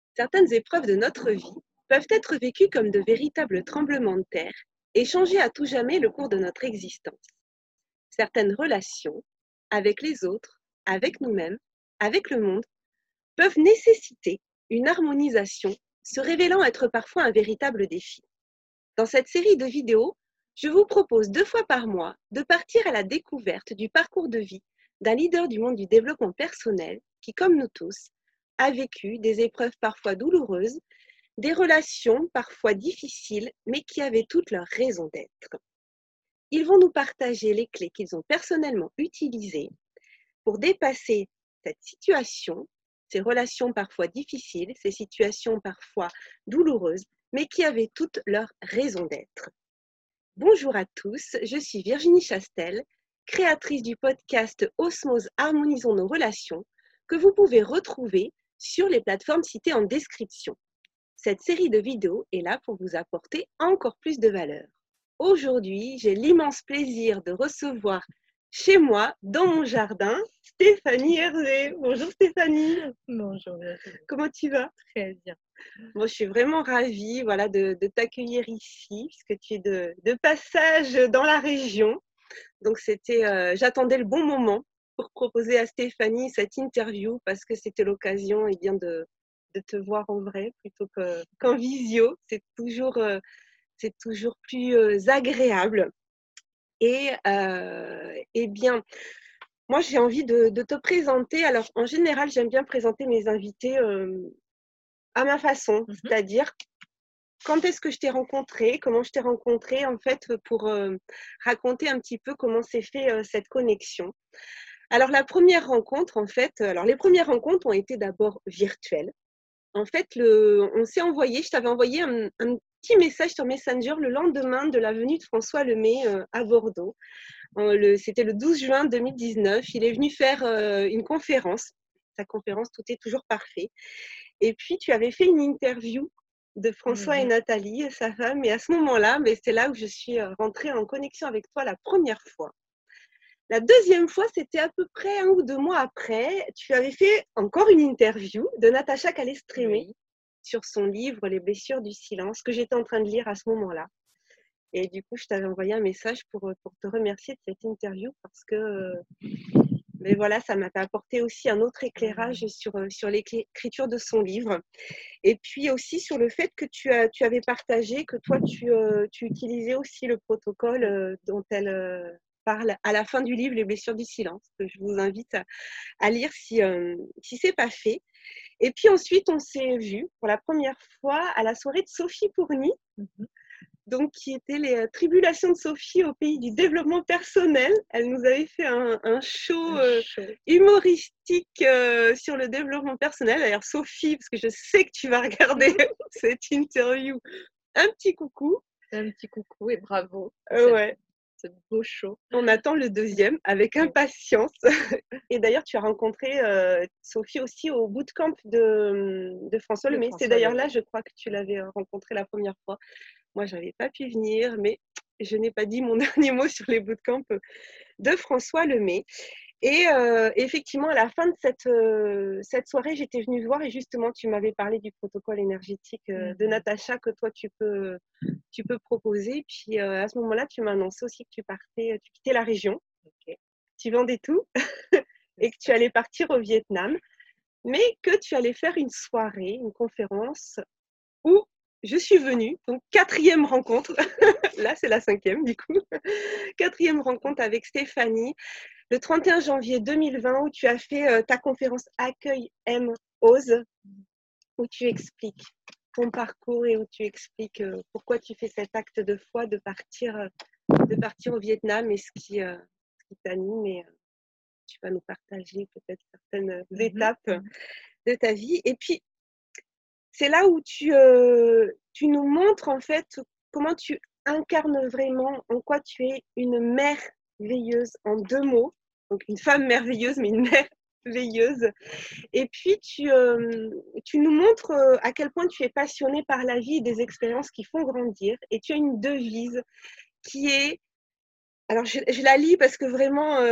Certaines épreuves de notre vie peuvent être vécues comme de véritables tremblements de terre et changer à tout jamais le cours de notre existence. Certaines relations, avec les autres, avec nous-mêmes, avec le monde, peuvent nécessiter une harmonisation, se révélant être parfois un véritable défi. Dans cette série de vidéos, je vous propose 2 fois par mois de partir à la découverte du parcours de vie d'un leader du monde du développement personnel qui, comme nous tous, a vécu des épreuves parfois douloureuses, des relations parfois difficiles, mais qui avaient toutes leur raison d'être. Ils vont nous partager les clés qu'ils ont personnellement utilisées pour dépasser cette situation, ces relations parfois difficiles, ces situations parfois douloureuses, mais qui avaient toutes leur raison d'être. Bonjour à tous, je suis Virginie Chastel, créatrice du podcast Osmose Harmonisons nos relations, que vous pouvez retrouver sur les plateformes citées en description. Cette série de vidéos est là pour vous apporter encore plus de valeur. Aujourd'hui, j'ai l'immense plaisir de recevoir chez moi, dans mon jardin, Stéphanie Hervé. Bonjour Stéphanie. Bonjour Virginie. Comment tu vas? Très bien. Moi, je suis vraiment ravie de t'accueillir ici, puisque tu es de passage dans la région. Donc, j'attendais le bon moment pour proposer à Stéphanie cette interview, parce que c'était l'occasion de te voir en vrai plutôt qu'en visio. C'est toujours plus agréable. Et bien, moi, j'ai envie de te présenter. Alors, en général, j'aime bien présenter mes invités à ma façon, c'est-à-dire quand est-ce que je t'ai rencontré, comment je t'ai rencontré, en fait, pour raconter un petit peu comment s'est fait cette connexion. Alors, la première rencontre, en fait, les premières rencontres ont été d'abord virtuelles. En fait, je t'avais envoyé un petit message sur Messenger le lendemain de la venue de François Lemay à Bordeaux. C'était le 12 juin 2019. Il est venu faire une conférence. Sa conférence, tout est toujours parfait. Et puis, tu avais fait une interview de François et Nathalie, sa femme. Et à ce moment-là, c'est là où je suis rentrée en connexion avec toi la première fois. La deuxième fois, c'était à peu près 1 ou 2 mois après. Tu avais fait encore une interview de Natacha Calestrémé sur son livre Les blessures du silence, que j'étais en train de lire à ce moment-là. Et du coup, je t'avais envoyé un message pour te remercier de cette interview parce que mais voilà, ça m'a apporté aussi un autre éclairage sur l'écriture de son livre. Et puis aussi sur le fait que tu avais partagé que toi, tu utilisais aussi le protocole dont elle parle à la fin du livre, Les blessures du silence, que je vous invite à lire si ce n'est pas fait. Et puis ensuite, on s'est vus pour la première fois à la soirée de Sophie Pourny. Donc, qui était les tribulations de Sophie au pays du développement personnel. Elle nous avait fait un show humoristique sur le développement personnel. D'ailleurs, Sophie, parce que je sais que tu vas regarder cette interview, un petit coucou. Un petit coucou et bravo. Ouais. Ce beau show. On attend le deuxième avec impatience. Et d'ailleurs, tu as rencontré Sophie aussi au bootcamp de François Lemay. C'est d'ailleurs là, je crois que tu l'avais rencontré la première fois. Moi, je n'avais pas pu venir, mais je n'ai pas dit mon dernier mot sur les bootcamps de François Lemay. Et effectivement, à la fin de cette soirée, j'étais venue te voir et justement, tu m'avais parlé du protocole énergétique de Natacha que toi, tu peux proposer. Puis à ce moment-là, tu m'as annoncé aussi que tu quittais la région, tu vendais tout et que tu allais partir au Vietnam, mais que tu allais faire une soirée, une conférence où je suis venue, donc 4e rencontre, là c'est la 5e du coup, 4e rencontre avec Stéphanie, le 31 janvier 2020 où tu as fait ta conférence Accueil M Ose, où tu expliques ton parcours et où tu expliques pourquoi tu fais cet acte de foi de partir au Vietnam et ce qui t'anime et tu vas nous partager peut-être certaines étapes de ta vie. Et puis, c'est là où tu nous montres en fait comment tu incarnes vraiment, en quoi tu es une merveilleuse en 2 mots. Donc une femme merveilleuse, mais une merveilleuse. Et puis tu nous montres à quel point tu es passionnée par la vie et des expériences qui font grandir. Et tu as une devise qui est... Alors je la lis parce que vraiment,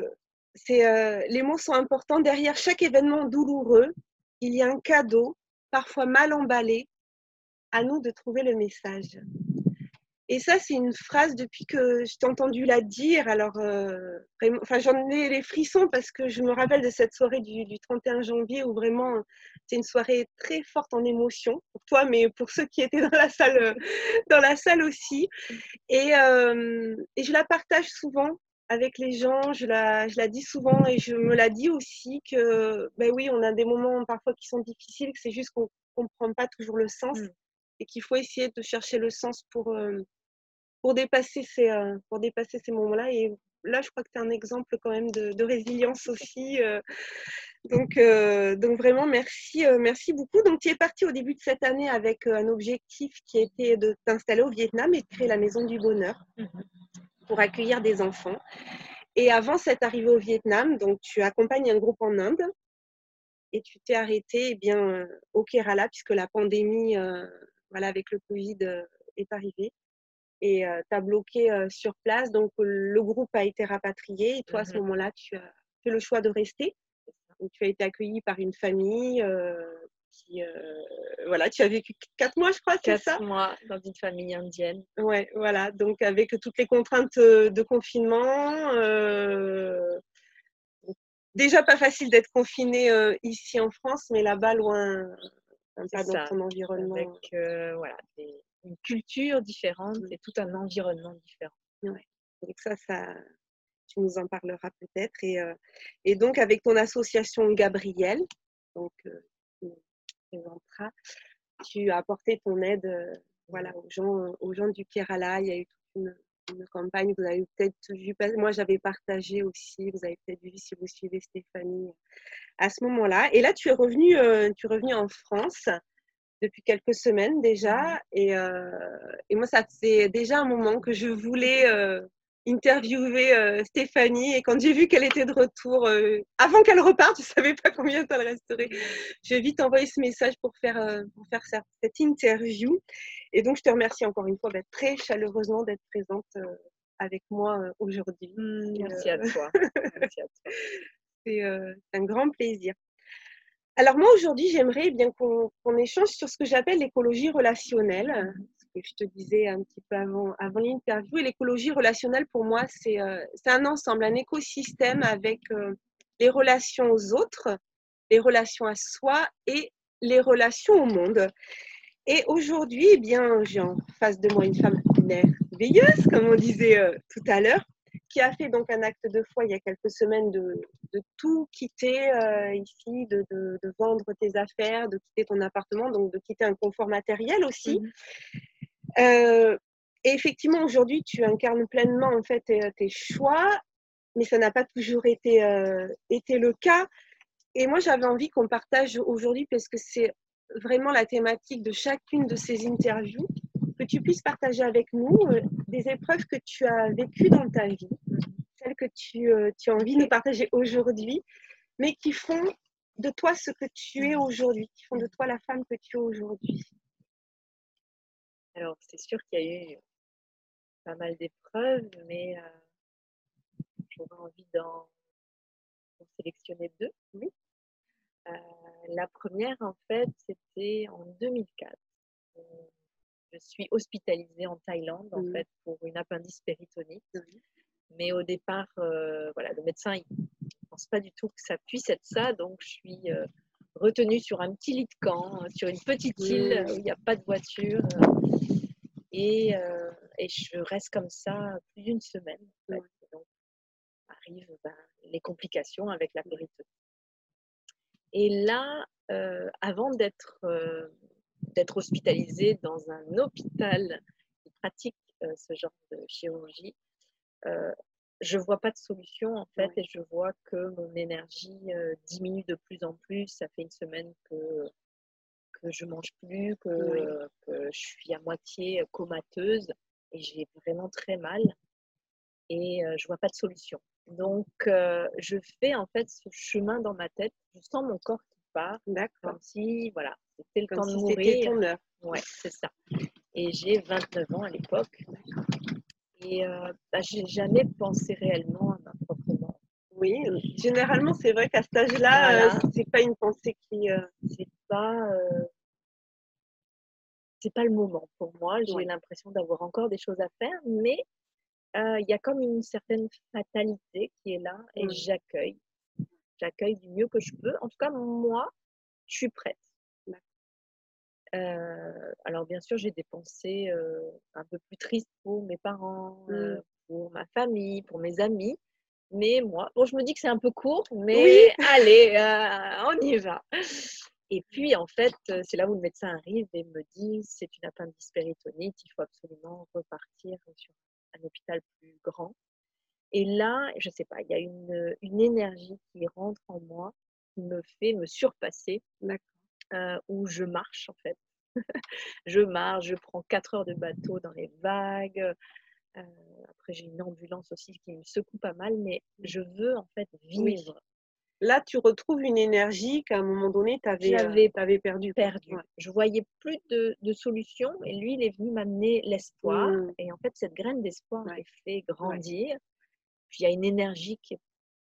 les mots sont importants. Derrière chaque événement douloureux, il y a un cadeau parfois mal emballé, à nous de trouver le message. Et ça, c'est une phrase depuis que je t'ai entendu la dire. Alors, vraiment, enfin, j'en ai les frissons parce que je me rappelle de cette soirée du 31 janvier où vraiment, c'est une soirée très forte en émotion pour toi, mais pour ceux qui étaient dans la salle aussi. Et je la partage souvent avec les gens, je la dis souvent et je me la dis aussi que, ben oui, on a des moments parfois qui sont difficiles, que c'est juste qu'on ne comprend pas toujours le sens et qu'il faut essayer de chercher le sens pour dépasser ces moments-là. Et là, je crois que tu es un exemple quand même de résilience aussi. Donc vraiment, merci beaucoup. Donc, tu es parti au début de cette année avec un objectif qui était de t'installer au Vietnam et de créer la Maison du Bonheur pour accueillir des enfants. Et avant cette arrivée au Vietnam, donc tu accompagnes un groupe en Inde et tu t'es arrêté au Kerala puisque la pandémie, avec le Covid, est arrivée. Et tu as bloqué sur place. Donc, le groupe a été rapatrié. Et toi, à ce moment-là, tu as fait le choix de rester. Donc, tu as été accueilli par une famille tu as vécu 4 mois, je crois, c'est ça? 4 mois dans une famille indienne. Ouais, voilà. Donc, avec toutes les contraintes de confinement. Déjà, pas facile d'être confiné ici en France, mais là-bas, loin, pas dans ton environnement. Avec une culture différente et tout un environnement différent. Ouais. Donc ça, tu nous en parleras peut-être. Et donc, avec ton association Gabriel, donc, tu nous présenteras, tu as apporté ton aide aux gens du Kerala. Il y a eu toute une campagne, vous avez peut-être vu, moi j'avais partagé aussi, vous avez peut-être vu si vous suivez Stéphanie à ce moment-là. Et là, tu es revenu en France depuis quelques semaines déjà. Et moi, ça faisait déjà un moment que je voulais interviewer Stéphanie. Et quand j'ai vu qu'elle était de retour, avant qu'elle reparte, je ne savais pas combien de temps elle resterait. J'ai vite envoyé ce message pour faire cette interview. Et donc, je te remercie encore une fois très chaleureusement d'être présente avec moi aujourd'hui. Merci à toi. Merci à toi. C'est un grand plaisir. Alors moi, aujourd'hui, j'aimerais bien qu'on échange sur ce que j'appelle l'écologie relationnelle, ce que je te disais un petit peu avant l'interview. Et l'écologie relationnelle, pour moi, c'est un ensemble, un écosystème avec les relations aux autres, les relations à soi et les relations au monde. Et aujourd'hui, j'ai en face de moi une femme merveilleuse, comme on disait tout à l'heure, qui a fait donc un acte de foi il y a quelques semaines de tout quitter ici, de vendre tes affaires, de quitter ton appartement, donc de quitter un confort matériel aussi. Et effectivement, aujourd'hui, tu incarnes pleinement en fait tes choix, mais ça n'a pas toujours été le cas. Et moi, j'avais envie qu'on partage aujourd'hui, parce que c'est vraiment la thématique de chacune de ces interviews, que tu puisses partager avec nous des épreuves que tu as vécues dans ta vie, celles que tu as envie de nous partager aujourd'hui, mais qui font de toi ce que tu es aujourd'hui, qui font de toi la femme que tu es aujourd'hui. Alors, c'est sûr qu'il y a eu pas mal d'épreuves, mais j'aurais envie d'en sélectionner 2. Oui. La première, en fait, c'était en 2004. Je suis hospitalisée en Thaïlande, en fait, pour une appendice péritonique. Mais au départ, le médecin, il ne pense pas du tout que ça puisse être ça. Donc, je suis retenue sur un petit lit de camp, sur une petite île où il n'y a pas de voiture. Et je reste comme ça plus d'une semaine. En fait. Donc, arrivent les complications avec la péritonique. Et là, avant d'être hospitalisée dans un hôpital qui pratique ce genre de chirurgie, je ne vois pas de solution en fait, et je vois que mon énergie diminue de plus en plus. Ça fait une semaine que je ne mange plus, que je suis à moitié comateuse et j'ai vraiment très mal et je ne vois pas de solution. Donc, je fais en fait ce chemin dans ma tête. Je sens mon corps qui part, comme si c'était le temps de mourir. C'était ton heure. Ouais, c'est ça. Et j'ai 29 ans à l'époque. Et je n'ai jamais pensé réellement à ma propre mort. Oui, généralement, c'est vrai qu'à cet âge-là, c'est pas une pensée qui... C'est pas... c'est pas le moment pour moi. J'ai Ouais. l'impression d'avoir encore des choses à faire, mais il y a comme une certaine fatalité qui est là et Mmh. j'accueille. J'accueille du mieux que je peux. En tout cas, moi, je suis prête. D'accord. Alors bien sûr, j'ai des pensées, un peu plus tristes pour mes parents, Mmh. pour ma famille, pour mes amis, mais moi bon, je me dis que c'est un peu court, Oui! mais allez, on y va. Et puis en fait, c'est là où le médecin arrive et me dit: «C'est une appendicite péritonite, il faut absolument repartir sur un hôpital plus grand». Et là, je sais pas, il y a une énergie qui rentre en moi, qui me fait me surpasser, D'accord. où je marche en fait. Je marche, je prends 4 heures de bateau dans les vagues, après j'ai une ambulance aussi qui me secoue pas mal, mais Mmh. je veux en fait Oui. vivre. Là, tu retrouves une énergie qu'à un moment donné, tu J'avais avais perdue, quoi. perdu, Ouais. je voyais plus de solution et lui, il est venu m'amener l'espoir Mmh. et en fait cette graine d'espoir, je Ouais. l'ai fait Ouais. grandir. Puis il y a une énergie qui est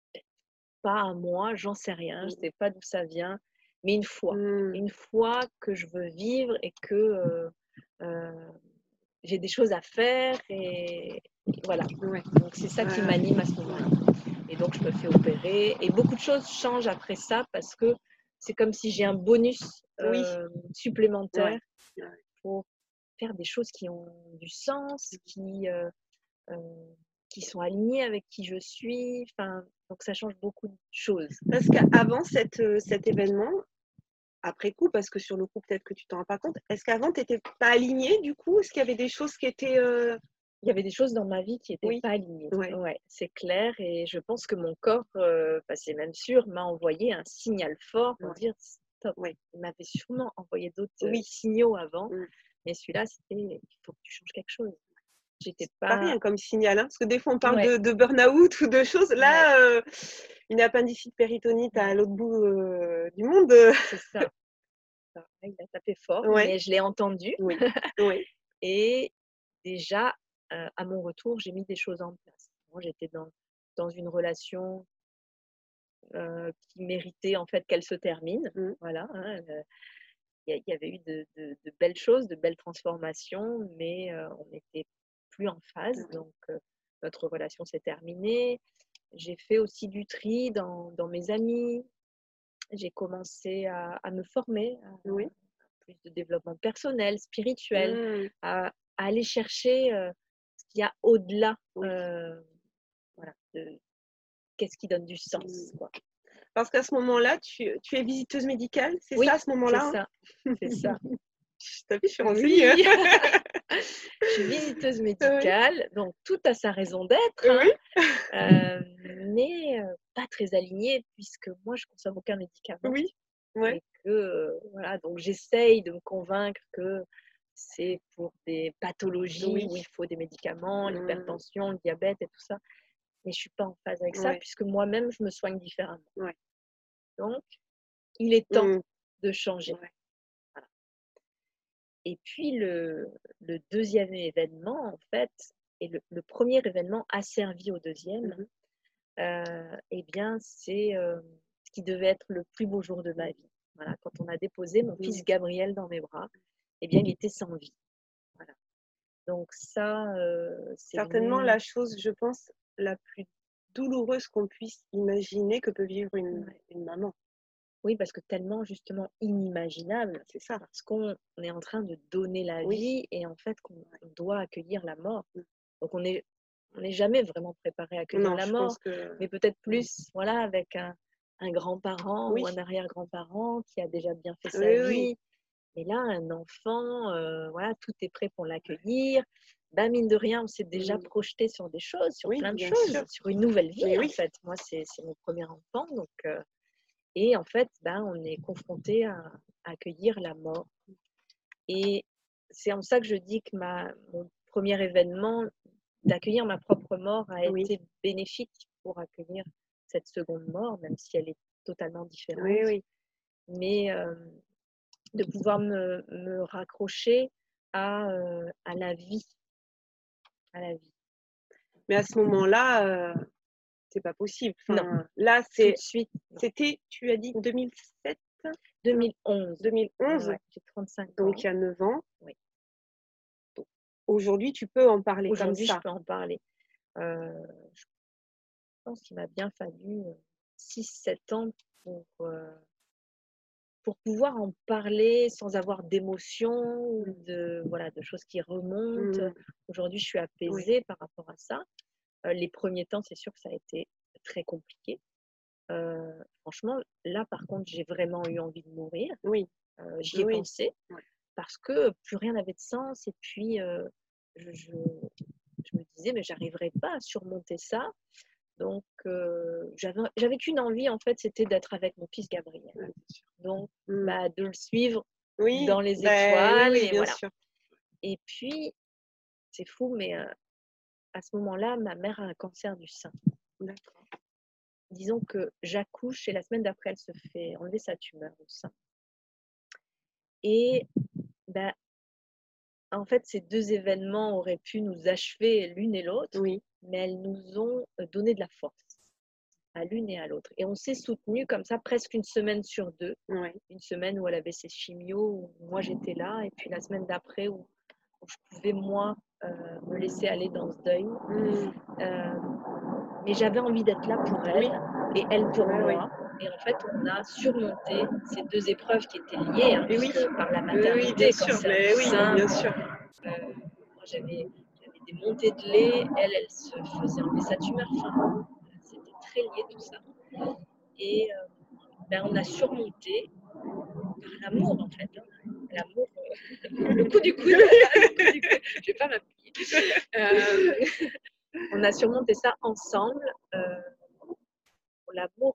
pas à moi, j'en sais rien, je Mmh. sais pas d'où ça vient, mais Mmh. une foi que je veux vivre et que, heu, j'ai des choses à faire et voilà. Ouais. Donc c'est ça qui Ouais, m'anime à ce ouais. moment-là et donc je me fais opérer et beaucoup de choses changent après ça parce que c'est comme si j'ai un bonus, Oui. supplémentaire Ouais. Ouais. pour faire des choses qui ont du sens, heu, qui sont alignées avec qui je suis, enfin, donc ça change beaucoup de choses. Parce qu'avant cet événement, après coup, parce que sur le coup, peut-être que tu t'en rends pas compte, est-ce qu'avant tu étais pas alignée du coup? Est-ce qu'il y avait des choses qui étaient, Il y avait des choses dans ma vie qui étaient oui, pas alignées. ouais, Ouais, c'est clair et je pense que mon corps, bah, c'est même sûr, m'a envoyé un signal fort pour ouais, dire: «Stop». ouais, Il m'avait sûrement envoyé d'autres, oui, signaux avant, mmh. mais celui-là, c'était: «Il faut que tu changes quelque chose». J'étais C'est pas pas rien comme signal, hein, parce que des fois on parle ouais, de burn-out ou de choses. ouais, Là, une appendicite péritonite à ouais, l'autre bout, du monde, c'est ça, ça. Ouais, il a tapé fort, ouais, mais je l'ai entendu oui, oui, et déjà, à mon retour, j'ai mis des choses en place. Moi, j'étais dans une relation qui méritait en fait qu'elle se termine. mmh, Voilà, hein, il y avait eu de belles choses, de belles transformations, mais on n'était plus en phase, ouais, donc notre relation s'est terminée. J'ai fait aussi du tri dans mes amis. J'ai commencé à me former, à oui, plus de développement personnel, spirituel, mmh, à aller chercher, ce qu'il y a au-delà, oui, voilà, de qu'est-ce qui donne du mmh. sens, quoi. Parce qu'à ce moment-là, tu es visiteuse médicale, c'est ça Oui, à ce c'est moment-là, ça, hein? c'est ça. Tu as vu, je suis renseignée, hein? Oui, je suis visiteuse Oui, médicale, donc tout a sa raison d'être, hein, oui, mais pas très alignée puisque moi je consomme aucun médicament oui, ouais, et que, voilà, donc j'essaye de me convaincre que c'est pour des pathologies oui, où il faut des médicaments, mmh, l'hypertension, le diabète et tout ça, mais je suis pas en phase avec ça ouais, puisque moi-même je me soigne différemment. ouais, Donc il est temps mmh, de changer. ouais, Voilà. Et puis le 2e événement, en fait, et le 1er événement a servi au 2e, mmh et bien, c'est, ce qui devait être le plus beau jour de ma vie. Voilà, quand on a déposé mon mmh. fils Gabriel dans mes bras, eh bien, il était sans vie. Voilà. Donc ça, c'est Certainement la venu chose, je pense, la plus douloureuse qu'on puisse imaginer que peut vivre ouais. une maman. Oui, parce que tellement justement inimaginable, C'est ça, parce qu'on est en train de donner la oui, vie et en fait qu'on ouais, on doit accueillir la mort. mmh. Donc on n'est jamais vraiment préparé à accueillir Non, la je mort, pense que mais peut-être mmh, plus, voilà, avec un grand-parent oui, ou un arrière-grand-parent qui a déjà bien fait sa oui, oui, vie. Et là, un enfant, voilà, tout est prêt pour l'accueillir. Bah, mine de rien, on s'est déjà mmh, projeté sur des choses, sur oui, plein de bien sûr, choses, sur une nouvelle vie mais en oui, fait. Moi, c'est mon premier enfant, donc et en fait, ben, on est confronté à accueillir la mort. Et c'est en ça que je dis que mon premier événement d'accueillir ma propre mort a oui, été bénéfique pour accueillir cette seconde mort, même si elle est totalement oui, différente. oui. Mais de pouvoir me raccrocher à la vie, à la vie. Mais à ce moment-là, c'est pas possible. Non, Enfin, là, tout de suite, non. c'était, tu as dit 2007? Non, 2011, 2011, ouais, j'ai 35 donc ans. il y a 9 ans. Oui, aujourd'hui, tu peux en parler comme Aujourd'hui, je ça. peux en parler. Je pense qu'il m'a bien fallu 6-7 ans pour pouvoir en parler sans avoir d'émotion ou de choses qui remontent. Mmh. Aujourd'hui, je suis Oui, apaisée par rapport à ça. Les premiers temps, c'est sûr que ça a été très compliqué. Franchement, là, par contre, j'ai vraiment eu envie de mourir. oui, J'y ai oui. pensé Ouais. parce que plus rien n'avait de sens. Et puis, je me disais, mais j'arriverai pas à surmonter ça. Donc, j'avais qu'une envie, en fait, c'était d'être avec mon fils Gabriel. Ouais, bien sûr. Donc, Mmh. de le suivre Oui, dans les oui, étoiles, oui, et bien voilà. sûr. Et puis, c'est fou, mais à ce moment-là, ma mère a un cancer du sein. D'accord. Disons que j'accouche et la semaine d'après, elle se fait enlever sa tumeur au sein. Et bah, en fait, ces 2 événements auraient pu nous achever l'une et l'autre, Oui, mais elles nous ont donné de la force à l'une et à l'autre. Et on s'est soutenus comme ça presque une semaine sur 2. ouais. Une semaine où elle avait ses chimios, où moi j'étais là, et puis la semaine d'après où je pouvais, moi, me laisser aller dans ce deuil. Mmh. Euh, mais j'avais envie d'être là pour elle Oui, et elle pour ouais, oui. moi. Et en fait, on a surmonté ces 2 épreuves qui étaient liées, Et oui, puisque par la oui, bien maternité, sûr, cancer mais du oui, sein, bien sûr. moi j'avais des montées de lait, elle se faisait enlever sa tumeur. Enfin, c'était très lié tout ça. Et on a surmonté par l'amour, en fait. L'amour, le coup du coude, le coup du coude. Je vais pas m'appuyer. On a surmonté ça ensemble, pour l'amour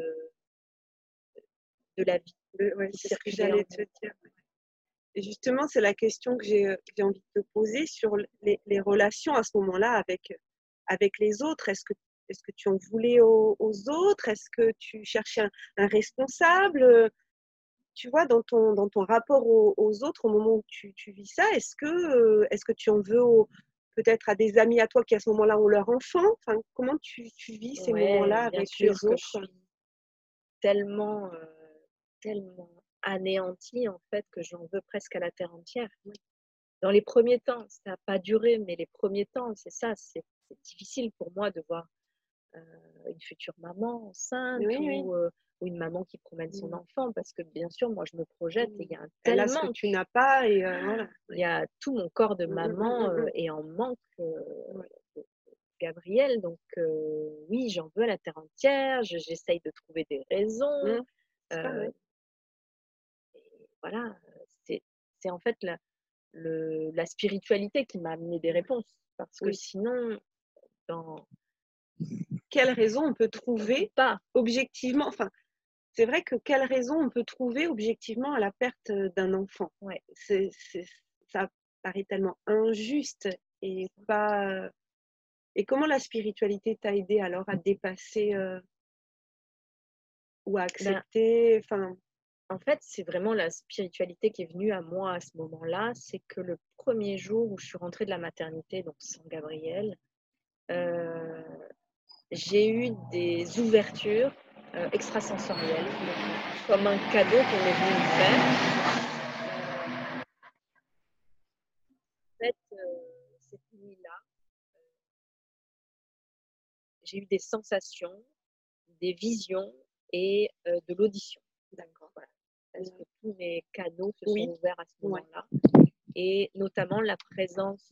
de la vie Ouais, qui c'est ce que circulait en j'allais te nous. dire. Et justement, c'est la question que j'ai envie de te poser sur les relations à ce moment-là avec les autres. Est-ce que tu en voulais aux autres? Est-ce que tu cherchais un responsable? Tu vois, dans ton rapport aux autres, au moment où tu vis ça, est-ce que tu en veux peut-être à des amis à toi qui, à ce moment-là, ont leur enfant? Enfin, comment tu vis ces Ouais, moments-là bien avec sûr les que je autres? suis tellement, tellement anéantie, en fait, que j'en veux presque à la terre entière. Dans les premiers temps, ça n'a pas duré, mais les premiers temps, c'est ça, c'est difficile pour moi de voir une future maman enceinte, Oui, oui. ou une maman qui promène son Mmh. enfant, parce que bien sûr, moi, je me projette et il y a un Elle tel a ce que manque. tu n'as pas et voilà. Il y a tout mon corps de Mmh, mmh, mmh, maman mmh, mmh. est en manque Ouais, de Gabriel, donc oui, j'en veux à la terre entière, j'essaye de trouver des raisons. mmh, c'est ça, euh, ouais. et voilà, c'est en fait la spiritualité qui m'a amené des réponses, parce que Oui. sinon, dans, Quelle raison on peut on ne peut trouver pas. objectivement, enfin, c'est vrai que quelle raison on peut trouver objectivement à la perte d'un enfant? Ouais. Ça paraît tellement injuste et pas. Et comment la spiritualité t'a aidé alors à dépasser ou à Ben, accepter? Enfin, en fait, c'est vraiment la spiritualité qui est venue à moi à ce moment-là. C'est que le premier jour où je suis rentrée de la maternité, donc sans Gabriel, euh, j'ai eu des ouvertures extrasensorielles, comme un cadeau qu'on est venu me faire. En fait, cette nuit-là, j'ai eu des sensations, des visions et de l'audition. d'accord. Voilà. Parce que tous mes canaux se sont Oui, ouverts à ce ouais. moment-là. Et notamment la présence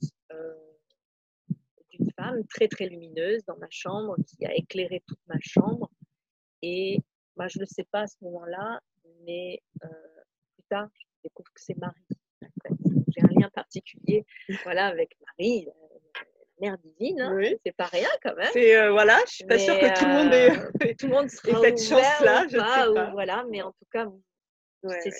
d'une femme très très lumineuse dans ma chambre qui a éclairé toute ma chambre. Et bah, je ne le sais pas à ce moment-là, mais plus tard, je découvre que c'est Marie. En fait. J'ai un lien particulier, voilà, avec Marie, la mère divine. Hein. Oui. C'est pas rien quand même. C'est voilà, je suis pas sûre Mais que tout le monde tout le monde ait sera cette ouvert ou chance-là, je ne sais pas, ou pas. voilà. Mais en tout cas, Ouais, c'est ouais. ce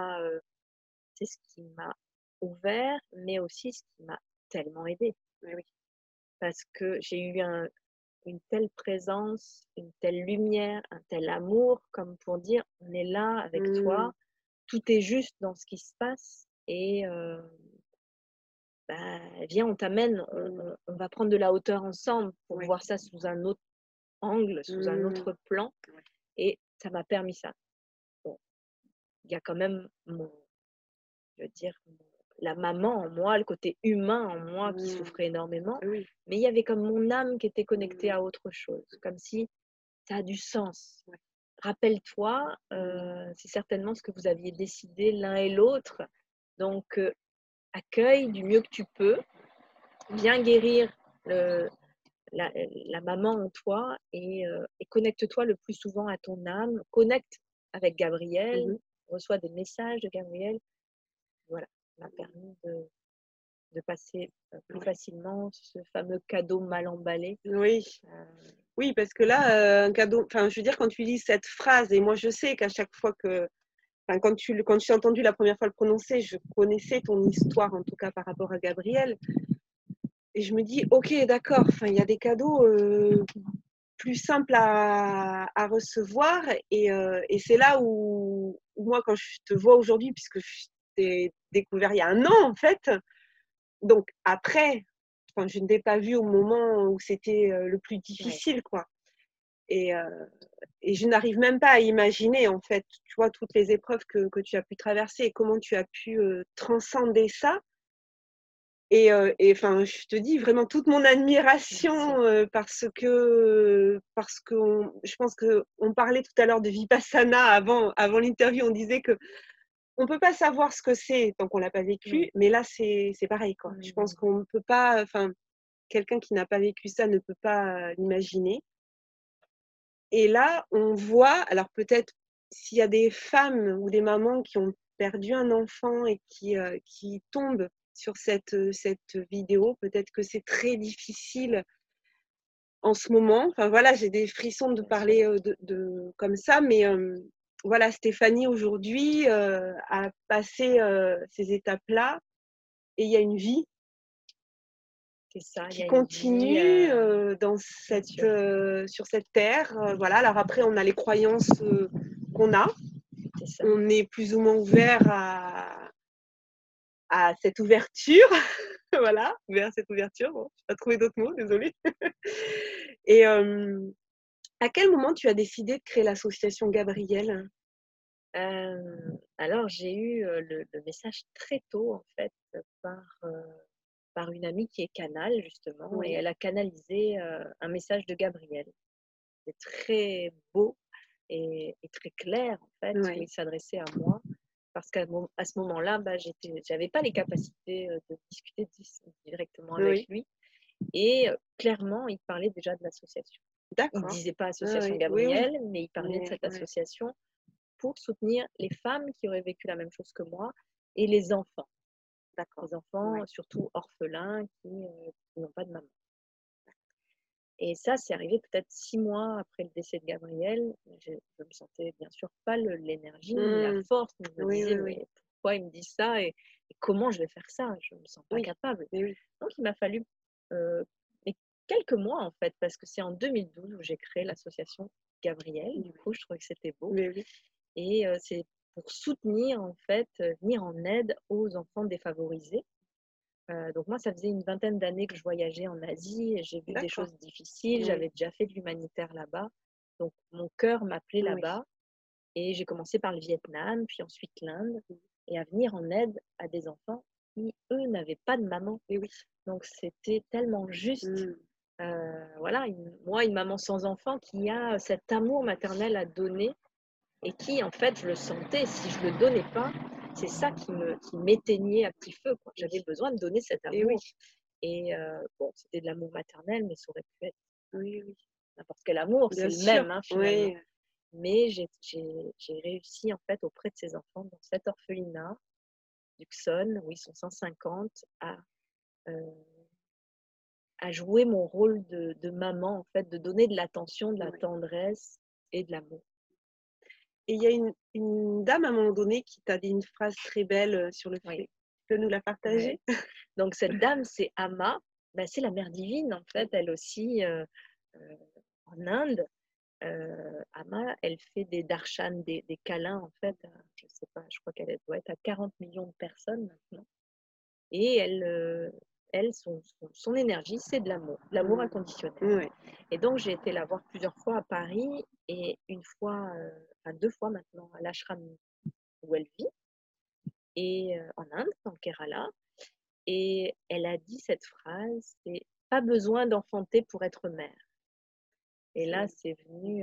qui m'a ouvert, mais aussi ce qui m'a tellement aidée. Ouais, oui. Parce que j'ai eu une telle présence, une telle lumière, un tel amour, comme pour dire, on est là avec Mmh, toi, tout est juste dans ce qui se passe, et viens, on t'amène, mmh, on va prendre de la hauteur ensemble pour ouais. voir ça sous un autre angle, sous un Mmh, autre plan, ouais. et ça m'a permis ça. Bon, il y a quand même je veux dire, la maman en moi, le côté humain en moi qui Mmh. souffrait énormément, Oui. mais il y avait comme mon âme qui était connectée à autre chose, comme si ça a du sens. Ouais. Rappelle-toi, c'est certainement ce que vous aviez décidé l'un et l'autre, donc accueille du mieux que tu peux, viens guérir le la maman en toi et connecte-toi le plus souvent à ton âme, connecte avec Gabriel, Mmh. reçois des messages de Gabriel. Voilà, ça m'a permis de passer plus Ouais. facilement ce fameux cadeau mal emballé. Oui. Euh, Oui, parce que là, un cadeau, enfin, je veux dire, quand tu lis cette phrase, et moi je sais qu'à chaque fois que, enfin, quand j'ai entendu la première fois le prononcer, je connaissais ton histoire, en tout cas par rapport à Gabriel, et je me dis, ok, d'accord, enfin, il y a des cadeaux plus simples à recevoir, et c'est là où moi, quand je te vois aujourd'hui, puisque je t'ai découvert il y a un an, en fait, donc après, enfin, je ne t'ai pas vu au moment où c'était le plus ouais, difficile, quoi. Et, et je n'arrive même pas à imaginer, en fait, tu vois, toutes les épreuves que tu as pu traverser et comment tu as pu transcender ça. Et enfin, je te dis vraiment toute mon merci. admiration parce que je pense qu'on parlait tout à l'heure de Vipassana avant l'interview. On disait que on peut pas savoir ce que c'est tant qu'on l'a pas vécu, Oui. mais là, c'est pareil, quoi. Je pense qu'on ne peut pas, enfin, quelqu'un qui n'a pas vécu ça ne peut pas l'imaginer. Et là, on voit, alors peut-être s'il y a des femmes ou des mamans qui ont perdu un enfant et qui tombent sur cette vidéo, peut-être que c'est très difficile en ce moment. Enfin voilà, j'ai des frissons de Bien sûr. parler comme ça, mais voilà, Stéphanie aujourd'hui a passé ces étapes-là et il y a une vie C'est ça, il y qui a une vie, continue bien sûr, sur cette terre. Voilà. Alors après, on a les croyances qu'on a. c'est ça. On est plus ou moins ouvert à cette ouverture. Voilà, ouvert à cette ouverture. Bon, je n'ai pas trouvé d'autres mots, désolée. Et à quel moment tu as décidé de créer l'association Gabriel? Alors j'ai eu, le message très tôt en fait, par une amie qui est canal justement et Oui, elle a canalisé, un message de Gabriel. C'est très beau et très clair en fait, où oui, il s'adressait à moi parce à ce moment-là, bah, j'avais pas les capacités, de discuter directement avec oui, lui et clairement, il parlait déjà de l'association. Il ne d'accord. disait pas Ah association oui, oui, oui. Gabriel, mais il parlait de Mais cette ouais, association pour soutenir les femmes qui auraient vécu la même chose que moi et les enfants. d'accord. Les enfants, Ouais, surtout orphelins, qui n'ont pas de maman. Et ça, c'est arrivé peut-être 6 mois après le décès de Gabriel. Je me sentais bien sûr pas l'énergie, ni la mmh, force, mais je me oui, disais, oui, oui, mais pourquoi il me dit ça et comment je vais faire ça? Je ne me sens pas oui, capable. mais oui, Donc il m'a fallu mais quelques mois en fait, parce que c'est en 2012 où j'ai créé l'association Gabriel. Du oui, coup, je trouvais que c'était beau. mais oui, Et c'est pour soutenir en fait, venir en aide aux enfants défavorisés. Donc moi, ça faisait une vingtaine d'années que je voyageais en Asie et j'ai vu des d'accord. choses difficiles. Oui, J'avais déjà fait de l'humanitaire là-bas. Donc mon cœur m'appelait oui, là-bas et j'ai commencé par le Vietnam, puis ensuite l'Inde et à venir en aide à des enfants qui, eux, n'avaient pas de maman. mais oui. Donc c'était tellement juste. Mmh, Voilà, moi, une maman sans enfant qui a cet amour maternel à donner et qui, en fait, je le sentais, si je le donnais pas, c'est ça qui m'éteignait à petit feu, quoi. oui, J'avais besoin de donner cet et oui, amour et bon, c'était de l'amour maternel, mais ça aurait pu être oui, oui, n'importe quel amour, c'est bien le sûr, même, hein, oui, finalement. Mais j'ai réussi, en fait, auprès de ces enfants dans cet orphelinat d'Uxon, où ils sont 150, heu, à jouer mon rôle de maman, en fait, de donner de l'attention, de la oui. tendresse et de l'amour. Et il y a une dame à un moment donné qui t'a dit une phrase très belle sur le Oui, fait. Tu peux nous la ouais. partager? Donc cette dame, c'est Amma, bah, c'est la mère divine en fait, elle aussi, heu, en Inde. Amma, elle fait des darshan, des câlins en fait, je sais pas, je crois qu'elle doit être à 40 millions de personnes maintenant et elle son énergie, c'est de l'amour Mmh. inconditionnel Ouais, et donc j'ai été la voir plusieurs fois à Paris et une fois, enfin 2 fois maintenant à l'ashram où elle vit et en Inde, en Kerala. Et elle a dit cette phrase, c'est pas besoin d'enfanter pour être mère. Et là, c'est venu.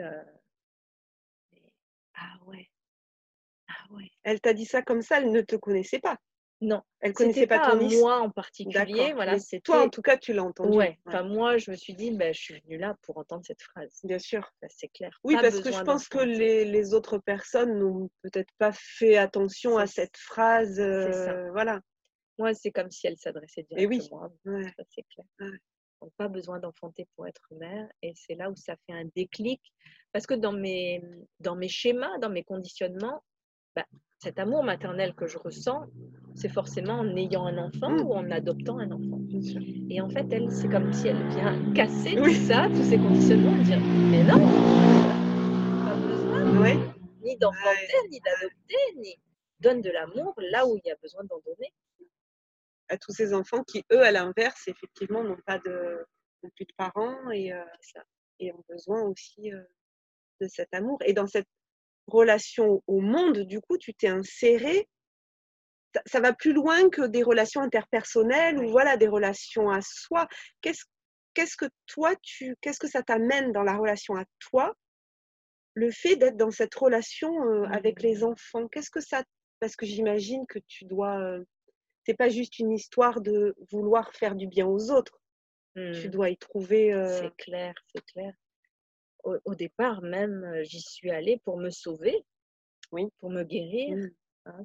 Ah ouais, ah ouais. Elle t'a dit ça comme ça, elle ne te connaissait pas. Non, Elle c'était connaissait pas pas à ton histoire. moi en particulier. D'accord. Voilà, Mais toi, en c'était. tout cas, tu l'as entendu. Ouais. Enfin, moi, je me suis dit, je suis venue là pour entendre cette phrase. Bien sûr. C'est clair. Oui, Pas parce que je besoin pense que d'enfanter. les autres personnes n'ont peut-être pas fait attention à C'est cette phrase. ça. Voilà. Moi, c'est comme si elle s'adressait Et oui. directement à moi. Ouais. Ça, c'est clair. Ouais. Donc, pas besoin d'enfanter pour être mère. Et c'est là où ça fait un déclic. Parce que dans mes schémas, dans mes conditionnements, cet amour maternel que je ressens, c'est forcément en ayant un enfant ou en adoptant un enfant. Bien sûr. Et en fait, elle, c'est comme si elle vient casser Oui. tout ça, tous ces conditionnements, et dire mais non, pas besoin Ouais. ni d'enfanter, ni d'adopter, ni donne de l'amour là où il y a besoin d'en donner. À tous ces enfants qui, eux, à l'inverse, effectivement, n'ont plus de parents et ont besoin aussi de cet amour. Et dans cette relation au monde, du coup, tu t'es insérée. Ça va plus loin que des relations interpersonnelles ou voilà, des relations à soi. Qu'est-ce que ça t'amène dans la relation à toi, le fait d'être dans cette relation avec les enfants? Parce que j'imagine que c'est pas juste une histoire de vouloir faire du bien aux autres. Tu dois y trouver. C'est clair, c'est clair. Au départ, même, j'y suis allée pour me sauver, Oui. pour me guérir. Hein,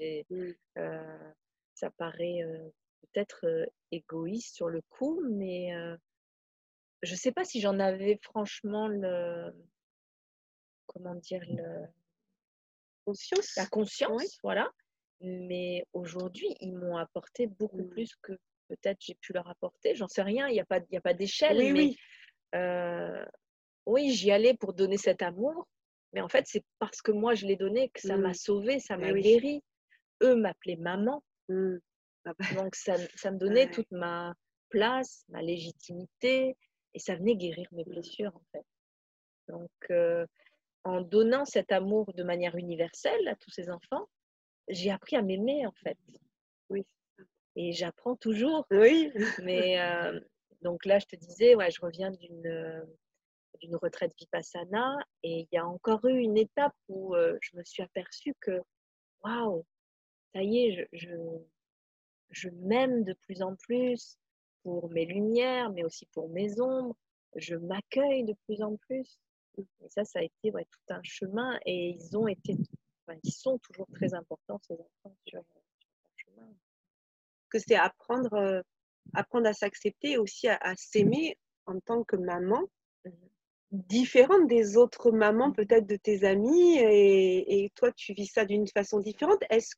ça paraît peut-être égoïste sur le coup, mais je ne sais pas si j'en avais franchement comment dire, Conscience. la conscience, Oui. voilà. Mais aujourd'hui, ils m'ont apporté beaucoup plus que peut-être j'ai pu leur apporter. J'en sais rien, il n'y a pas d'échelle, Oui, mais oui. oui, j'y allais pour donner cet amour. Mais en fait, c'est parce que moi, je l'ai donné que ça m'a sauvée, ça m'a oui. guérie. Eux m'appelaient maman. Ah bah, Donc, ça me donnait toute ma place, ma légitimité, et ça venait guérir mes blessures, en fait. Donc, en donnant cet amour de manière universelle à tous ces enfants, j'ai appris à m'aimer, en fait. oui. Et j'apprends toujours. Oui. Mais donc là, je te disais, ouais, je reviens d'une retraite Vipassana, et il y a encore eu une étape où je me suis aperçue que, waouh, ça y est, je m'aime de plus en plus pour mes lumières, mais aussi pour mes ombres. Je m'accueille de plus en plus. Et ça a été tout un chemin, et ils sont toujours très importants, ces enfants, sur le chemin. Que c'est apprendre à s'accepter et aussi à s'aimer en tant que maman, différente des autres mamans peut-être de tes amis, et toi tu vis ça d'une façon différente. Est-ce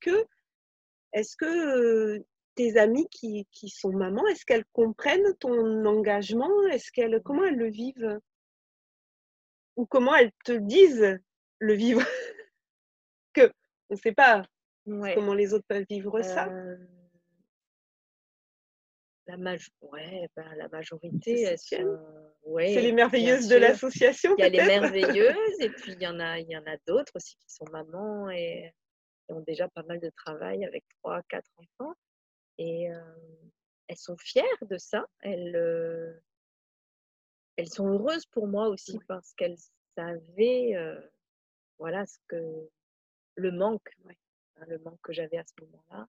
que tes amies qui sont mamans, est-ce qu'elles comprennent ton engagement? Comment elles le vivent? Ou comment elles te disent le vivre? Que on ne sait pas Ouais. comment les autres peuvent vivre ça. La majorité, elles sont... C'est les Ouais, bien merveilleuses de sûr. l'association Il y a les peut-être? merveilleuses, et puis il y en a d'autres aussi qui sont mamans et qui ont déjà pas mal de travail avec 3, 4 enfants. Et elles sont fières de ça. Elles sont heureuses pour moi aussi parce qu'elles savaient voilà le manque, hein, le manque que j'avais à ce moment-là.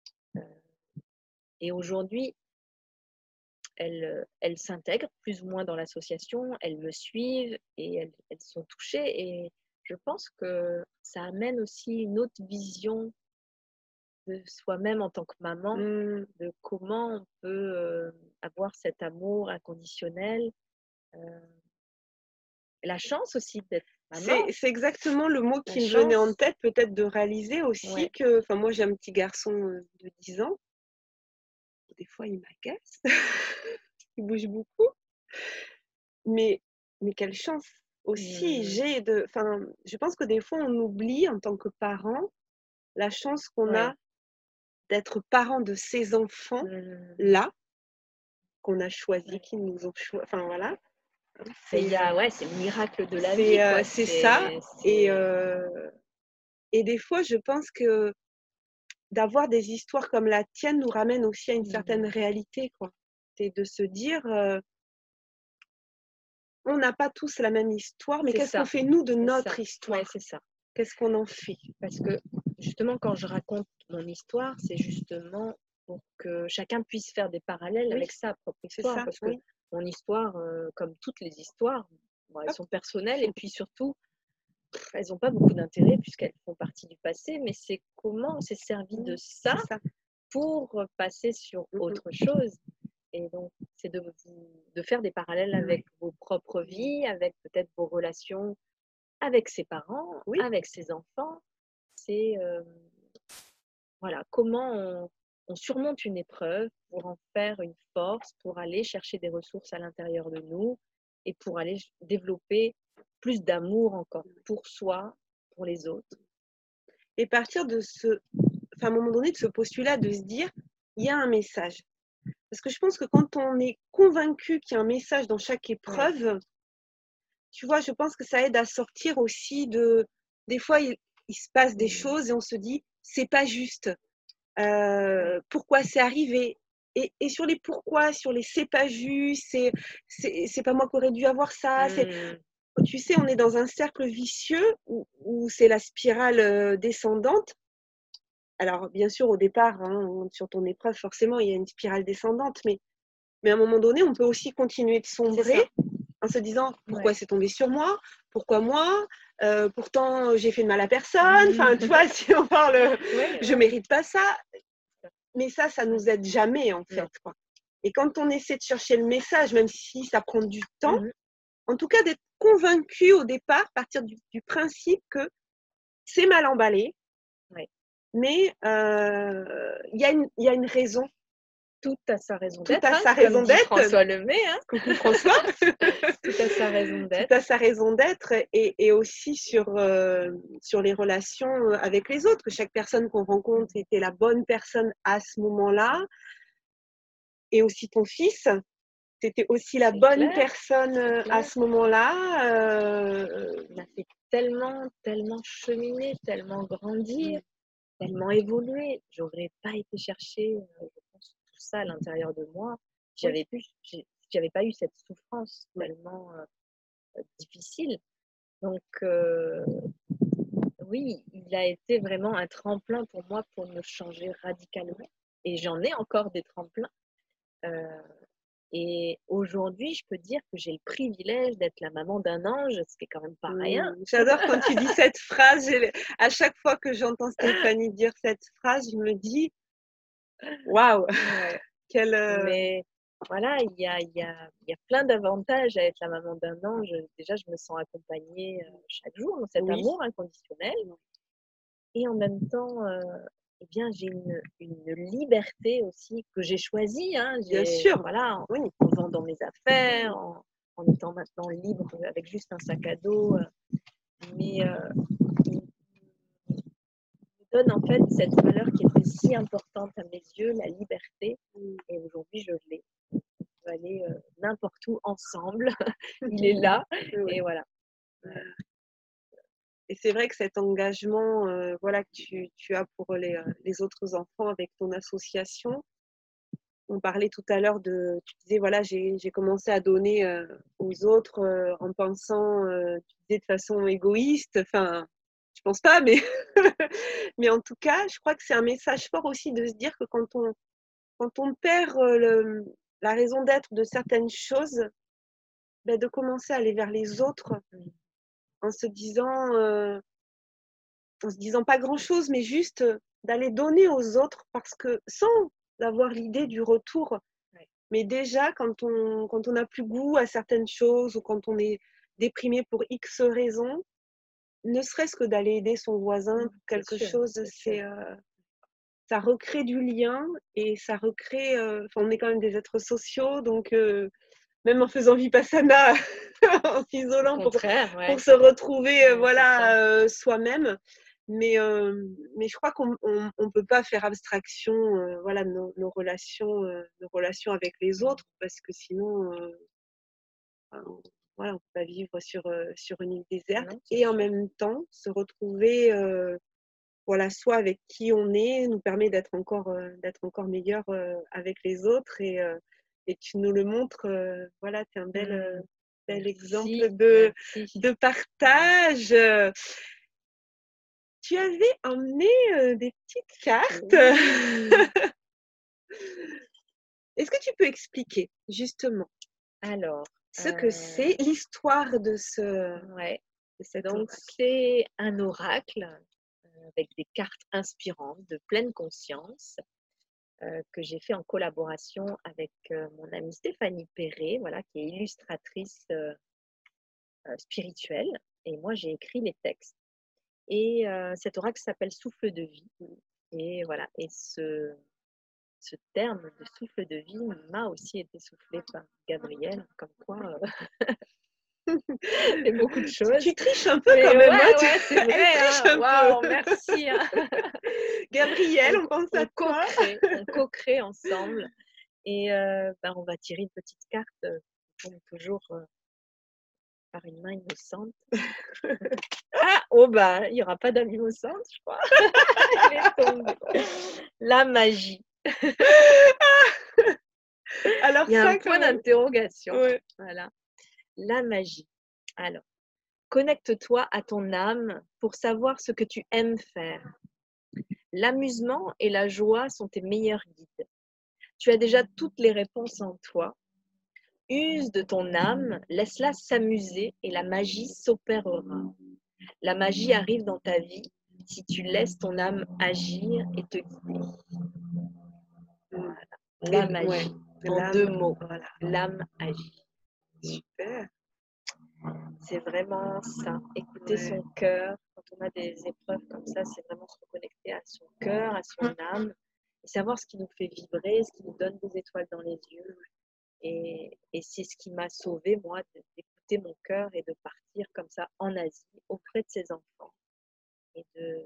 Et aujourd'hui, elles s'intègrent plus ou moins dans l'association, elles me suivent et elles sont touchées. Et je pense que ça amène aussi une autre vision de soi-même en tant que maman, de comment on peut avoir cet amour inconditionnel. La chance aussi d'être maman. C'est exactement le mot La qui me venait en chance. tête, peut-être de réaliser aussi que, moi j'ai un petit garçon de 10 ans, des fois il m'agace, il bouge beaucoup, mais quelle chance aussi j'ai je pense que des fois on oublie en tant que parent la chance qu'on a d'être parent de ces enfants-là, qu'on a choisi, qui nous ont choisi, enfin voilà. C'est le miracle de la vie, quoi. C'est ça. Et des fois, je pense que d'avoir des histoires comme la tienne nous ramène aussi à une certaine réalité, quoi. C'est de se dire, on n'a pas tous la même histoire, mais C'est qu'est-ce qu'on ça, fait nous de c'est notre ça. histoire? Ouais, c'est ça. Qu'est-ce qu'on en fait? Parce que justement, quand je raconte mon histoire, c'est justement pour que chacun puisse faire des parallèles Oui, avec sa propre c'est histoire. ça, Parce que oui. mon histoire, comme toutes les histoires, bon, elles Hop. sont personnelles et puis surtout, elles n'ont pas beaucoup d'intérêt puisqu'elles font partie du passé, mais c'est comment on s'est servi de ça C'est ça. pour passer sur Mmh mh. autre chose. Et donc, c'est de faire des parallèles avec vos propres vies, avec peut-être vos relations avec ses parents, Oui, avec ses enfants. C'est voilà, comment on surmonte une épreuve pour en faire une force, pour aller chercher des ressources à l'intérieur de nous et pour aller développer plus d'amour encore pour soi, pour les autres. et partir de à un moment donné, de ce postulat de se dire: «Il y a un message». Parce que je pense que quand on est convaincu qu'il y a un message dans chaque Ouais. épreuve, tu vois, je pense que ça aide à sortir aussi de des fois, il se passe des choses et on se dit: «C'est pas juste, pourquoi c'est arrivé?» Et sur les pourquoi, sur les c'est pas juste, c'est pas moi qui aurais dû avoir ça, tu sais, on est dans un cercle vicieux où c'est la spirale, descendante. Alors bien sûr, au départ, hein, sur ton épreuve, forcément, il y a une spirale descendante, mais à un moment donné, on peut aussi continuer de C'est ça. sombrer en se disant: «Pourquoi Ouais. c'est tombé sur moi? Pourquoi moi? Pourtant, j'ai fait de mal à personne». Enfin, tu vois, si on parle, Ouais, je ouais. mérite pas ça. Mais ça nous aide jamais, en fait, Non. quoi. Et quand on essaie de chercher le message, même si ça prend du temps, Mmh. en tout cas d'être convaincu au départ, partir du principe que c'est mal emballé, Ouais. mais il y a une raison. Tout a sa raison Tout d'être, a hein, sa comme raison dit d'être. François Lemay, hein. Coucou François. Tout a sa raison Tout d'être. a sa raison d'être et aussi sur les relations, avec les autres, que chaque personne qu'on rencontre était la bonne personne à ce moment-là et aussi ton fils, tu étais aussi la C'est bonne clair, personne, c'est à clair. ce moment-là, On a fait tellement, tellement cheminer, tellement grandir, tellement évoluer. J'aurais pas été chercher, je pense, tout ça à l'intérieur de moi si oui, j'avais pas eu cette souffrance oui. tellement difficile. Donc, oui, il a été vraiment un tremplin pour moi pour me changer radicalement. Et j'en ai encore des tremplins. Euh, et aujourd'hui, je peux dire que j'ai le privilège d'être la maman d'un ange, ce qui est quand même pas rien. J'adore quand tu dis cette phrase, à chaque fois que j'entends Stéphanie dire cette phrase, je me dis: «Waouh, Ouais. quelle, Mais voilà, il y a plein d'avantages à être la maman d'un ange. Déjà, je me sens accompagnée chaque jour dans cet oui, amour inconditionnel. Et en même temps, eh bien, j'ai une liberté aussi que j'ai choisie, hein. bien sûr, Voilà, oui, en vendant mes affaires, en étant maintenant libre avec juste un sac à dos. Mais il me donne en fait cette valeur qui était si importante à mes yeux, la liberté. Et aujourd'hui, je l'ai. On peut aller n'importe où ensemble. Il est là. oui. Et voilà. Et c'est vrai que cet engagement, voilà, que tu as pour les autres enfants avec ton association. On parlait tout à l'heure tu disais, voilà, j'ai commencé à donner, aux autres, en pensant, tu disais de façon égoïste, enfin, je pense pas, mais mais en tout cas, je crois que c'est un message fort aussi de se dire que quand on perd, la raison d'être de certaines choses, bah, de commencer à aller vers les autres en se disant, pas grand-chose, mais juste, d'aller donner aux autres parce que sans avoir l'idée du retour, Ouais. mais déjà quand on n'a plus goût à certaines choses ou quand on est déprimé pour X raisons, ne serait-ce que d'aller aider son voisin pour C'est quelque sûr, chose, c'est sûr. ça recrée du lien et ça recrée, enfin, on est quand même des êtres sociaux donc même en faisant vipassana, en Au s'isolant contraire, pour ouais. se retrouver, Ouais, c'est ça. voilà, soi-même. Mais je crois qu'on peut pas faire abstraction, voilà, de nos relations avec les autres parce que sinon, enfin, voilà, on peut pas vivre sur une île déserte Non, c'est et en sûr. même temps se retrouver, voilà, soit avec qui on est, nous permet d'être encore meilleur avec les autres. Et tu nous le montres, voilà, tu es un bel exemple Merci. de partage. Tu avais emmené des petites cartes. Oui. Est-ce que tu peux expliquer justement Alors, ce que c'est, l'histoire de ouais. cet Donc, oracle? c'est un oracle avec des cartes inspirantes de pleine conscience que j'ai fait en collaboration avec mon amie Stéphanie Perret, voilà, qui est illustratrice spirituelle. Et moi, j'ai écrit les textes. Et cet oracle s'appelle Souffle de vie. Et voilà, et ce terme de souffle de vie m'a aussi été soufflé par Gabriel, comme quoi il y a beaucoup de choses. Tu triches un peu Mais quand même, hein, ouais, c'est elle vrai. triche un Waouh, peu. merci. Gabriel, on pense à toi. On co-crée ensemble. Et on va tirer une petite carte, comme toujours par une main innocente. Ah, oh il n'y aura pas d'âme innocente, je crois. Elle est tombée. La magie. Alors Il y a ça, un point d'interrogation. Ouais. Voilà. La magie. Alors, connecte-toi à ton âme pour savoir ce que tu aimes faire. L'amusement et la joie sont tes meilleurs guides. Tu as déjà toutes les réponses en toi. Use de ton âme, laisse-la s'amuser et la magie s'opérera. La magie arrive dans ta vie si tu laisses ton âme agir et te guider. Voilà. La magie, en 2 mots, voilà. l'âme agit. Super. C'est vraiment ça, écouter son cœur. Quand on a des épreuves comme ça, c'est vraiment se reconnecter à son cœur, à son âme, et savoir ce qui nous fait vibrer, ce qui nous donne des étoiles dans les yeux. Et c'est ce qui m'a sauvée, moi, d'écouter mon cœur et de partir comme ça en Asie, auprès de ses enfants, et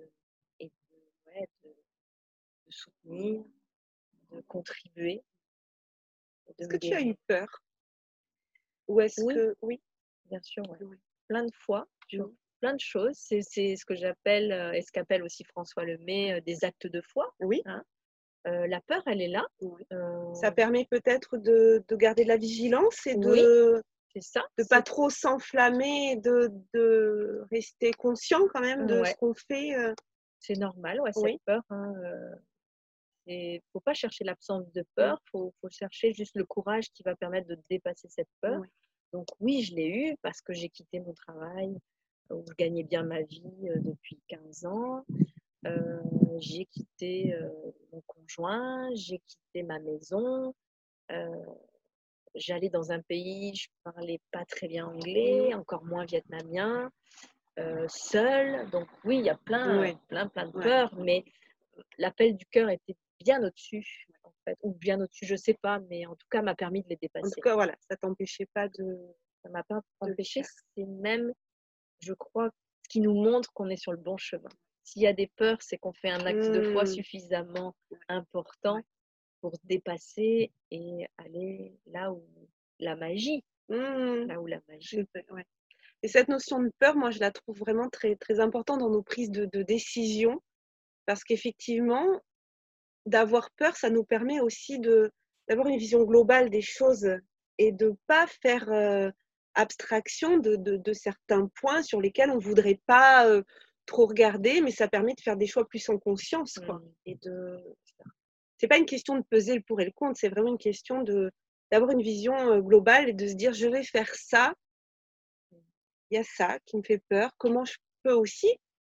de soutenir, de contribuer. Est-ce que tu as eu peur? Ou est-ce que... Oui, bien sûr, oui. Plein de fois, plein de choses. C'est ce que j'appelle, et ce qu'appelle aussi François Lemay, des actes de foi. Oui. Hein. La peur, elle est là. Oui. Ça permet peut-être de garder de la vigilance et c'est ça. De pas trop s'enflammer, de rester conscient quand même de ce qu'on fait. C'est normal, cette peur. Il ne faut pas chercher l'absence de peur, faut chercher juste le courage qui va permettre de dépasser cette peur. Donc oui, je l'ai eu parce que j'ai quitté mon travail où je gagnais bien ma vie depuis 15 ans. J'ai quitté mon conjoint, j'ai quitté ma maison. J'allais dans un pays, je ne parlais pas très bien anglais, encore moins vietnamien, seule. Donc oui, il y a plein de peurs, mais l'appel du cœur était bien au-dessus, en fait, ou bien au-dessus, je ne sais pas, mais en tout cas, m'a permis de les dépasser. En tout cas, voilà, ça t'empêchait pas de... Ça m'a pas empêché, c'est même, je crois, ce qui nous montre qu'on est sur le bon chemin. S'il y a des peurs, c'est qu'on fait un acte de foi suffisamment important pour se dépasser et aller là où la magie, là où la magie. Et cette notion de peur, moi, je la trouve vraiment très, très importante dans nos prises de décision, parce qu'effectivement, d'avoir peur, ça nous permet aussi d'avoir une vision globale des choses et de ne pas faire abstraction de certains points sur lesquels on ne voudrait pas trop regarder, mais ça permet de faire des choix plus en conscience, quoi. Et c'est pas une question de peser le pour et le contre, c'est vraiment une question d'avoir une vision globale et de se dire je vais faire ça, il y a ça qui me fait peur, comment je peux aussi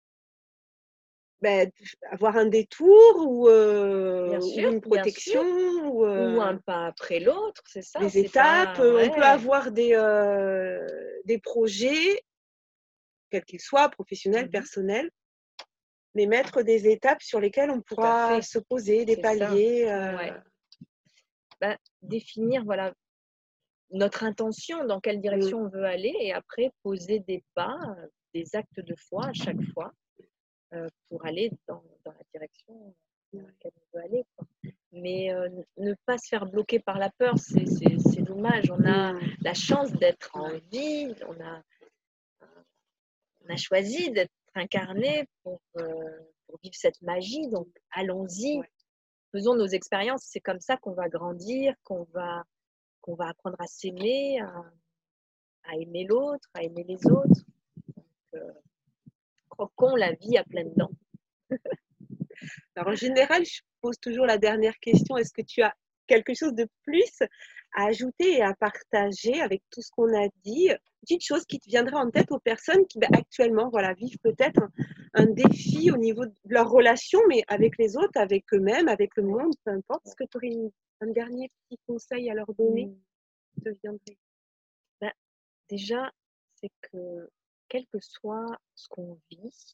avoir un détour ou une protection ou un pas après l'autre, c'est ça. Des étapes, on peut avoir des projets, quels qu'ils soient, professionnels, personnels, mais mettre des étapes sur lesquelles on pourra se poser, des paliers. Définir, voilà, notre intention, dans quelle direction on veut aller, et après poser des pas, des actes de foi à chaque fois pour aller dans la direction dans laquelle on veut aller, quoi. Mais ne pas se faire bloquer par la peur, c'est dommage. On a la chance d'être en vie, on a choisi d'être incarné pour pour vivre cette magie. Donc, allons-y, Ouais. faisons nos expériences. C'est comme ça qu'on va grandir, qu'on va apprendre à s'aimer, à aimer l'autre, à aimer les autres. Donc, croquons la vie à pleines dents. Alors, en général, je pose toujours la dernière question. Est-ce que tu as quelque chose de plus à ajouter et à partager avec tout ce qu'on a dit? Petite chose qui te viendrait en tête aux personnes qui actuellement vivent peut-être un défi au niveau de leur relation, mais avec les autres, avec eux-mêmes, avec le monde, peu importe. Est-ce que tu aurais un dernier petit conseil à leur donner qui te viendrait? Ben, déjà, c'est que quel que soit ce qu'on vit,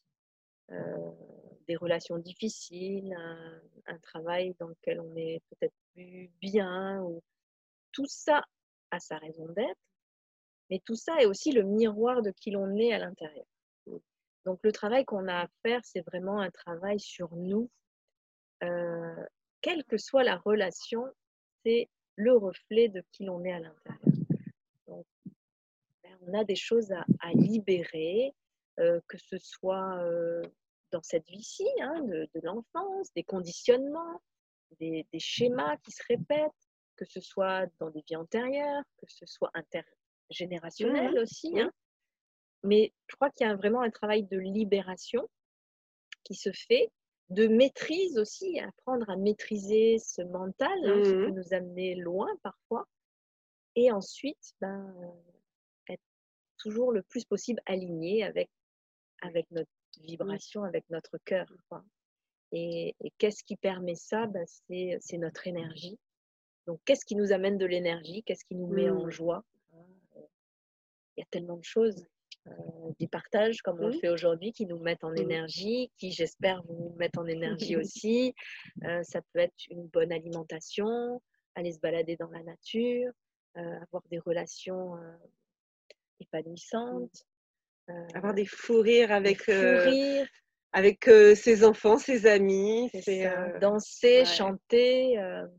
des relations difficiles, un travail dans lequel on est peut-être plus bien, ou tout ça a sa raison d'être, mais tout ça est aussi le miroir de qui l'on est à l'intérieur. Donc le travail qu'on a à faire, c'est vraiment un travail sur nous. Quelle que soit la relation, c'est le reflet de qui l'on est à l'intérieur. Donc, on a des choses à libérer, que ce soit dans cette vie-ci, de l'enfance, des conditionnements, des schémas qui se répètent, que ce soit dans des vies antérieures, que ce soit intergénérationnel aussi. Oui. Mais je crois qu'il y a vraiment un travail de libération qui se fait, de maîtrise aussi, apprendre à maîtriser ce mental qui peut nous amener loin parfois. Et ensuite, être toujours le plus possible aligné avec notre vibration, avec notre cœur. Et qu'est-ce qui permet ça? C'est notre énergie. Donc, qu'est-ce qui nous amène de l'énergie? Qu'est-ce qui nous met en joie? Il y a tellement de choses. Des partages comme on le fait aujourd'hui qui nous mettent en énergie, qui j'espère vous mettent en énergie aussi. Ça peut être une bonne alimentation, aller se balader dans la nature, avoir des relations épanouissantes. Avoir des fous rires avec avec ses enfants, ses amis. Danser, chanter.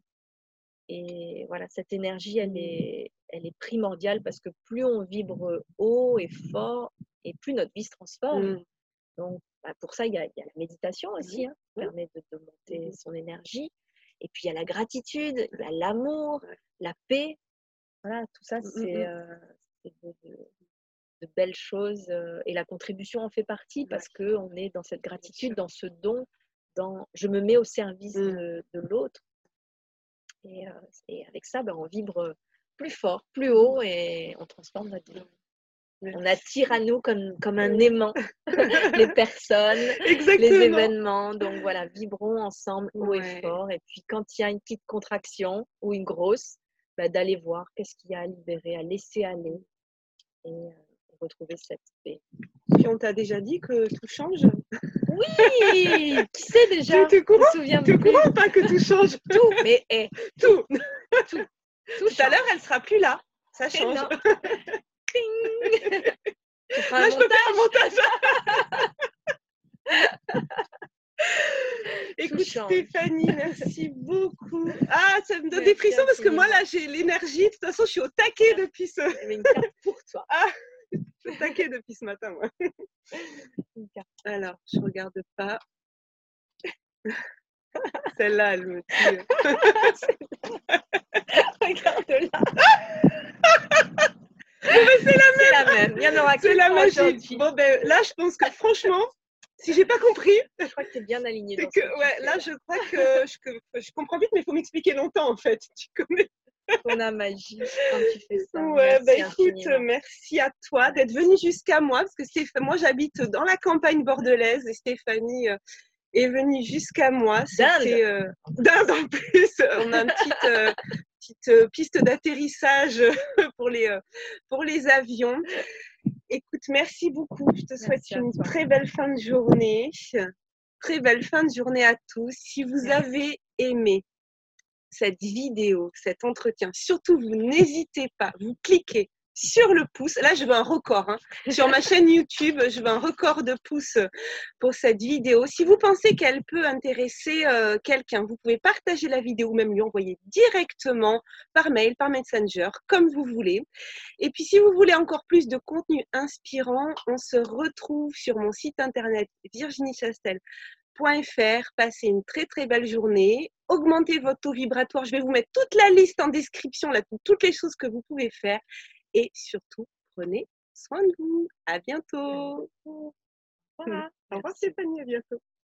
Et voilà, cette énergie, elle est primordiale parce que plus on vibre haut et fort, et plus notre vie se transforme. Donc, pour ça, il y a la méditation aussi, qui permet de monter son énergie. Et puis, il y a la gratitude, il y a l'amour, la paix. Voilà, tout ça, c'est de belles choses. Et la contribution en fait partie parce qu'on est dans cette gratitude, dans ce don, dans je me mets au service de l'autre. Et avec ça, on vibre plus fort, plus haut et on transforme notre vie. On attire à nous comme un aimant les personnes, les événements. Donc voilà, vibrons ensemble haut et fort. Et puis quand il y a une petite contraction ou une grosse, d'aller voir qu'est-ce qu'il y a à libérer, à laisser aller et retrouver cette paix. Puis on t'a déjà dit que tout change? Oui, qui sait déjà? Tu es au courant pas que tout change? Tout, mais tout. Tout à l'heure, elle sera plus là. Ça change. Là, je peux faire un montage. Écoute Stéphanie, merci beaucoup. Ah, ça me donne des frissons parce que moi là j'ai l'énergie. De toute façon, je suis au taquet depuis ce. Il y avait une carte pour toi. Ah, je suis au taquet depuis ce matin, moi. Alors, je regarde pas. Celle-là, elle me tue. Regarde-la. C'est la même. Il y en aura c'est la magie. Bon, là, je pense que franchement, si j'ai pas compris, je crois que tu es bien aligné. C'est que, là, je crois que je comprends vite, mais il faut m'expliquer longtemps, en fait. Tu connais ton magie quand tu fais ça. Ouais, écoute, merci à toi d'être venue jusqu'à moi, parce que moi, j'habite dans la campagne bordelaise et Stéphanie est venue jusqu'à moi. C'était d'Inde en plus. On a une petite piste d'atterrissage pour les avions. Écoute, merci beaucoup. Je te souhaite une très belle fin de journée. Très belle fin de journée à tous. Si vous avez aimé cette vidéo, cet entretien, surtout vous n'hésitez pas, vous cliquez sur le pouce. Là, je veux un record. Sur ma chaîne YouTube, je veux un record de pouces pour cette vidéo. Si vous pensez qu'elle peut intéresser quelqu'un, vous pouvez partager la vidéo ou même lui envoyer directement par mail, par Messenger, comme vous voulez. Et puis, si vous voulez encore plus de contenu inspirant, on se retrouve sur mon site internet virginiechastel.com Passez une très très belle journée. Augmentez votre taux vibratoire. Je vais vous mettre toute la liste en description, là, toutes les choses que vous pouvez faire. Et surtout, prenez soin de vous. À bientôt. Voilà. Au revoir Stéphanie, à bientôt.